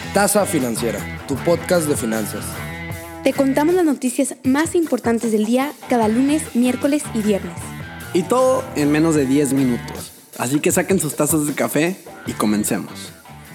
Taza Financiera, tu podcast de finanzas. Te contamos las noticias más importantes del día cada lunes, miércoles y viernes. Y todo en menos de 10 minutos. Así que saquen sus tazas de café y comencemos.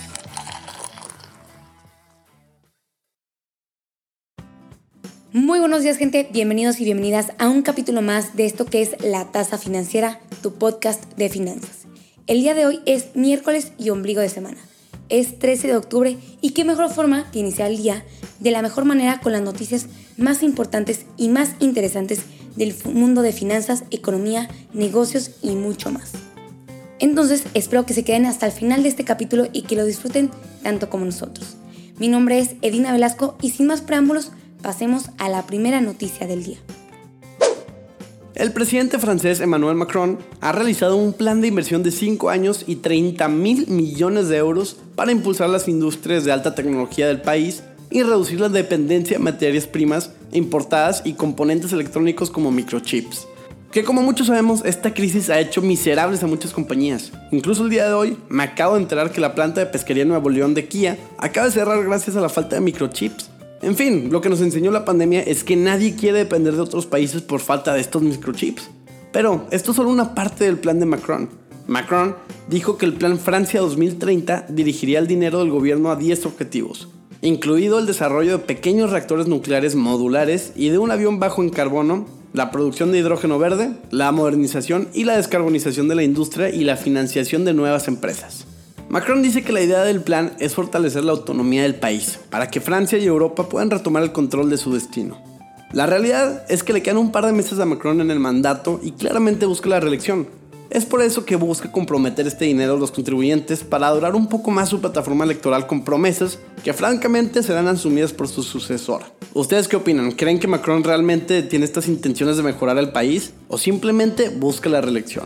Muy buenos días, gente. Bienvenidos y bienvenidas a un capítulo más de esto que es La Taza Financiera, tu podcast de finanzas. El día de hoy es miércoles y ombligo de semana. Es 13 de octubre y qué mejor forma que iniciar el día de la mejor manera con las noticias más importantes y más interesantes del mundo de finanzas, economía, negocios y mucho más. Entonces, espero que se queden hasta el final de este capítulo y que lo disfruten tanto como nosotros. Mi nombre es Edina Velasco y sin más preámbulos, pasemos a la primera noticia del día. El presidente francés Emmanuel Macron ha realizado un plan de inversión de 5 años y 30,000 millones de euros para impulsar las industrias de alta tecnología del país y reducir la dependencia de materias primas importadas y componentes electrónicos como microchips. Que como muchos sabemos, esta crisis ha hecho miserables a muchas compañías. Incluso el día de hoy me acabo de enterar que la planta de pesquería Nuevo León de Kia acaba de cerrar gracias a la falta de microchips. En fin, lo que nos enseñó la pandemia es que nadie quiere depender de otros países por falta de estos microchips. Pero esto es solo una parte del plan de Macron. Macron dijo que el plan Francia 2030 dirigiría el dinero del gobierno a 10 objetivos, incluido el desarrollo de pequeños reactores nucleares modulares y de un avión bajo en carbono, la producción de hidrógeno verde, la modernización y la descarbonización de la industria y la financiación de nuevas empresas. Macron dice que la idea del plan es fortalecer la autonomía del país, para que Francia y Europa puedan retomar el control de su destino. La realidad es que le quedan un par de meses a Macron en el mandato y claramente busca la reelección. Es por eso que busca comprometer este dinero a los contribuyentes para adorar un poco más su plataforma electoral con promesas que francamente serán asumidas por su sucesor. ¿Ustedes qué opinan? ¿Creen que Macron realmente tiene estas intenciones de mejorar el país o simplemente busca la reelección?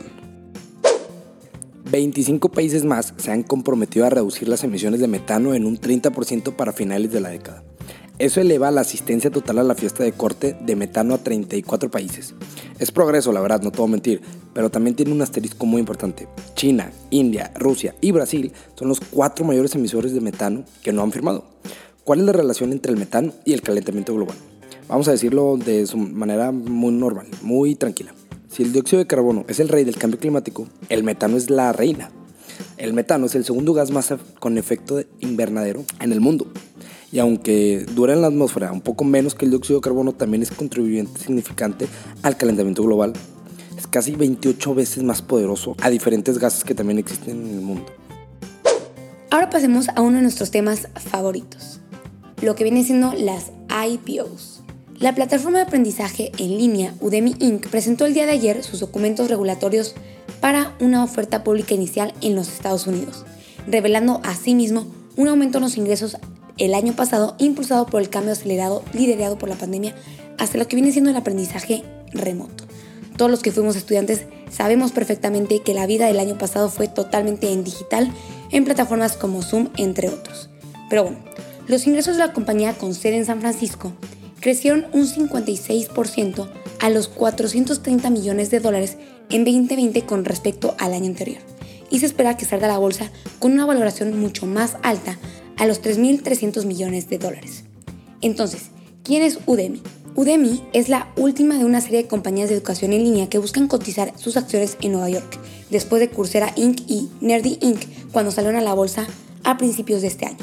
25 países más se han comprometido a reducir las emisiones de metano en un 30% para finales de la década. Eso eleva la asistencia total a la fiesta de corte de metano a 34 países. Es progreso, la verdad, no te voy a mentir, pero también tiene un asterisco muy importante. China, India, Rusia y Brasil son los 4 mayores emisores de metano que no han firmado. ¿Cuál es la relación entre el metano y el calentamiento global? Vamos a decirlo de su manera muy normal, muy tranquila. Si el dióxido de carbono es el rey del cambio climático, el metano es la reina. El metano es el segundo gas más con efecto invernadero en el mundo. Y aunque dura en la atmósfera un poco menos que el dióxido de carbono, también es contribuyente significante al calentamiento global. Es casi 28 veces más poderoso a diferentes gases que también existen en el mundo. Ahora pasemos a uno de nuestros temas favoritos, lo que viene siendo las IPOs. La plataforma de aprendizaje en línea Udemy Inc. presentó el día de ayer sus documentos regulatorios para una oferta pública inicial en los Estados Unidos, revelando asimismo un aumento en los ingresos el año pasado impulsado por el cambio acelerado liderado por la pandemia hacia lo que viene siendo el aprendizaje remoto. Todos los que fuimos estudiantes sabemos perfectamente que la vida del año pasado fue totalmente en digital, en plataformas como Zoom, entre otros. Pero bueno, los ingresos de la compañía con sede en San Francisco crecieron un 56% a los $430 millones en 2020 con respecto al año anterior. Y se espera que salga a la bolsa con una valoración mucho más alta a los $3.300 millones. Entonces, ¿quién es Udemy? Udemy es la última de una serie de compañías de educación en línea que buscan cotizar sus acciones en Nueva York, después de Coursera Inc. y Nerdy Inc. cuando salieron a la bolsa a principios de este año.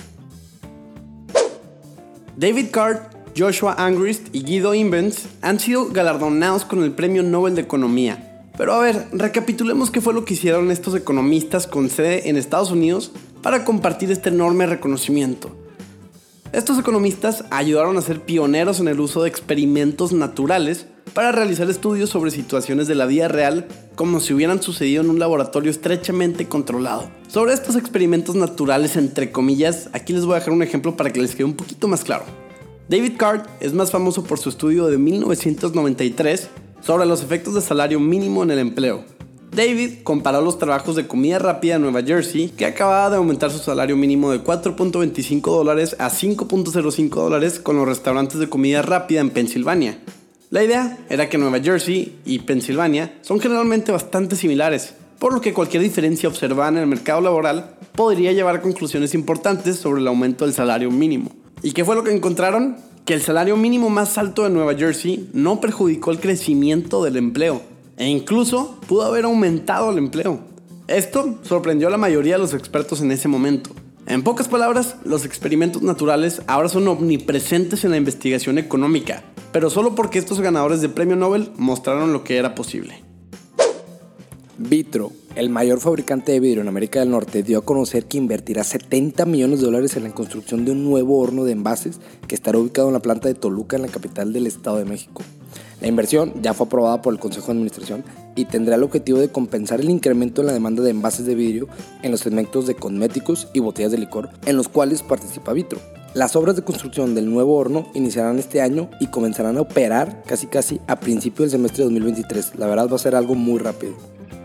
David Card, Joshua Angrist y Guido Imbens han sido galardonados con el Premio Nobel de Economía. Pero a ver, recapitulemos qué fue lo que hicieron estos economistas con sede en Estados Unidos para compartir este enorme reconocimiento. Estos economistas ayudaron a ser pioneros en el uso de experimentos naturales para realizar estudios sobre situaciones de la vida real como si hubieran sucedido en un laboratorio estrechamente controlado. Sobre estos experimentos naturales, entre comillas, aquí les voy a dejar un ejemplo para que les quede un poquito más claro. David Card es más famoso por su estudio de 1993 sobre los efectos de salario mínimo en el empleo. David comparó los trabajos de comida rápida en Nueva Jersey, que acababa de aumentar su salario mínimo de $4.25 a $5.05 con los restaurantes de comida rápida en Pensilvania. La idea era que Nueva Jersey y Pensilvania son generalmente bastante similares, por lo que cualquier diferencia observada en el mercado laboral podría llevar a conclusiones importantes sobre el aumento del salario mínimo. ¿Y qué fue lo que encontraron? Que el salario mínimo más alto de Nueva Jersey no perjudicó el crecimiento del empleo, e incluso pudo haber aumentado el empleo. Esto sorprendió a la mayoría de los expertos en ese momento. En pocas palabras, los experimentos naturales ahora son omnipresentes en la investigación económica, pero solo porque estos ganadores de premio Nobel mostraron lo que era posible. Vitro, el mayor fabricante de vidrio en América del Norte, dio a conocer que invertirá $70 millones en la construcción de un nuevo horno de envases que estará ubicado en la planta de Toluca, en la capital del Estado de México. La inversión ya fue aprobada por el Consejo de Administración y tendrá el objetivo de compensar el incremento en la demanda de envases de vidrio en los segmentos de cosméticos y botellas de licor, en los cuales participa Vitro. Las obras de construcción del nuevo horno iniciarán este año y comenzarán a operar casi a principio del semestre de 2023. La verdad va a ser algo muy rápido.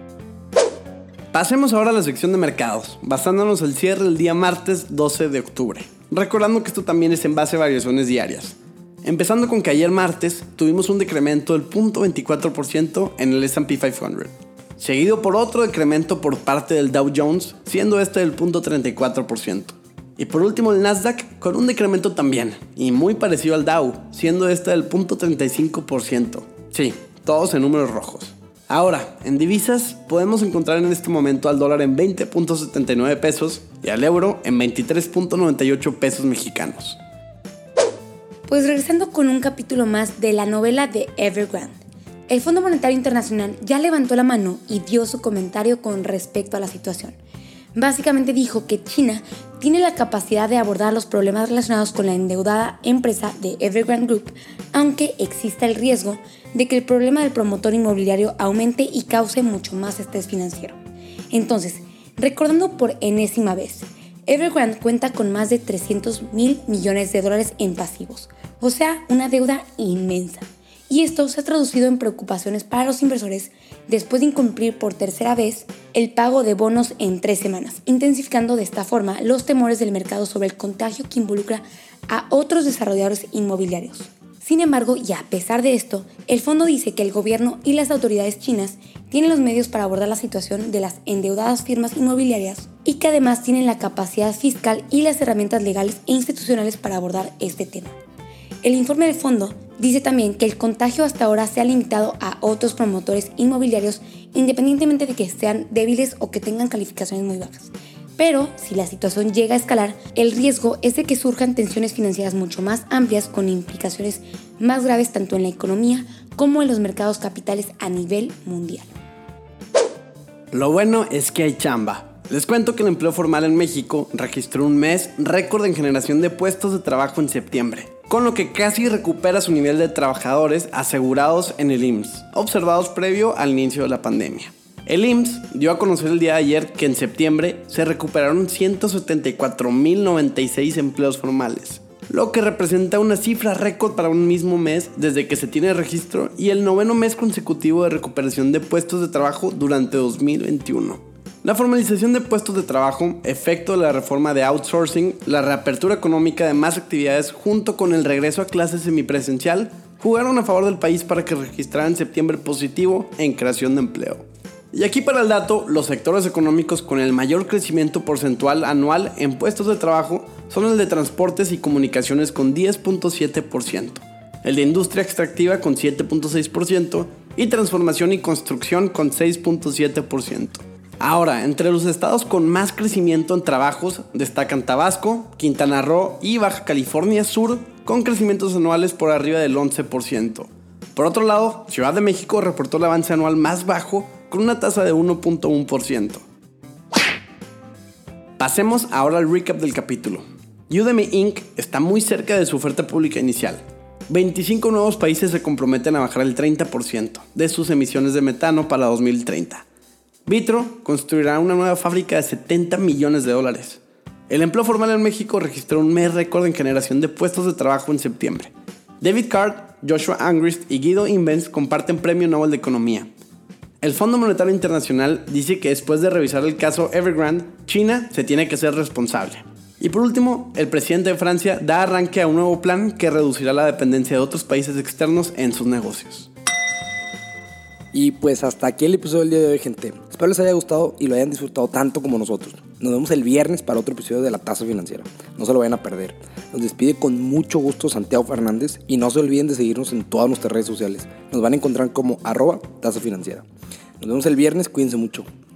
Pasemos ahora a la sección de mercados, basándonos en el cierre del día martes 12 de octubre. Recordando que esto también es en base a variaciones diarias. Empezando con que ayer martes tuvimos un decremento del 0.24% en el S&P 500, seguido por otro decremento por parte del Dow Jones, siendo este del 0.34%. Y por último el Nasdaq con un decremento también, y muy parecido al Dow, siendo este del 0.35%. Sí, todos en números rojos. Ahora, en divisas podemos encontrar en este momento al dólar en 20.79 pesos y al euro en 23.98 pesos mexicanos. Pues regresando con un capítulo más de la novela de Evergrande. El Fondo Monetario Internacional ya levantó la mano y dio su comentario con respecto a la situación. Básicamente dijo que China tiene la capacidad de abordar los problemas relacionados con la endeudada empresa de Evergrande Group, aunque exista el riesgo de que el problema del promotor inmobiliario aumente y cause mucho más estrés financiero. Entonces, recordando por enésima vez, Evergrande cuenta con más de $300,000 millones en pasivos, o sea, una deuda inmensa. Y esto se ha traducido en preocupaciones para los inversores después de incumplir por tercera vez el pago de bonos en 3 semanas, intensificando de esta forma los temores del mercado sobre el contagio que involucra a otros desarrolladores inmobiliarios. Sin embargo, y a pesar de esto, el fondo dice que el gobierno y las autoridades chinas tienen los medios para abordar la situación de las endeudadas firmas inmobiliarias y que además tienen la capacidad fiscal y las herramientas legales e institucionales para abordar este tema. El informe del fondo dice también que el contagio hasta ahora se ha limitado a otros promotores inmobiliarios independientemente de que sean débiles o que tengan calificaciones muy bajas. Pero si la situación llega a escalar, el riesgo es de que surjan tensiones financieras mucho más amplias con implicaciones más graves tanto en la economía como en los mercados capitales a nivel mundial. Lo bueno es que hay chamba. Les cuento que el empleo formal en México registró un mes récord en generación de puestos de trabajo en septiembre, con lo que casi recupera su nivel de trabajadores asegurados en el IMSS, observados previo al inicio de la pandemia. El IMSS dio a conocer el día de ayer que en septiembre se recuperaron 174.096 empleos formales, lo que representa una cifra récord para un mismo mes desde que se tiene registro y el 9º mes consecutivo de recuperación de puestos de trabajo durante 2021. La formalización de puestos de trabajo, efecto de la reforma de outsourcing, la reapertura económica de más actividades junto con el regreso a clases semipresencial, jugaron a favor del país para que registrara en septiembre positivo en creación de empleo. Y aquí para el dato, los sectores económicos con el mayor crecimiento porcentual anual en puestos de trabajo son el de transportes y comunicaciones con 10.7%, el de industria extractiva con 7.6% y transformación y construcción con 6.7%. Ahora, entre los estados con más crecimiento en trabajos destacan Tabasco, Quintana Roo y Baja California Sur con crecimientos anuales por arriba del 11%. Por otro lado, Ciudad de México reportó el avance anual más bajo con una tasa de 1.1%. Pasemos ahora al recap del capítulo. Udemy Inc. está muy cerca de su oferta pública inicial. 25 nuevos países se comprometen a bajar el 30% de sus emisiones de metano para 2030. Vitro construirá una nueva fábrica de $70 millones. El empleo formal en México registró un mes récord en generación de puestos de trabajo en septiembre. David Card, Joshua Angrist y Guido Imbens comparten Premio Nobel de Economía. El Fondo Monetario Internacional dice que después de revisar el caso Evergrande, China se tiene que hacer responsable. Y por último, el presidente de Francia da arranque a un nuevo plan que reducirá la dependencia de otros países externos en sus negocios. Y pues hasta aquí el episodio del día de hoy, gente. Espero les haya gustado y lo hayan disfrutado tanto como nosotros. Nos vemos el viernes para otro episodio de La Taza Financiera. No se lo vayan a perder. Nos despide con mucho gusto Santiago Fernández y no se olviden de seguirnos en todas nuestras redes sociales. Nos van a encontrar como @Taza Financiera. Nos vemos el viernes, cuídense mucho.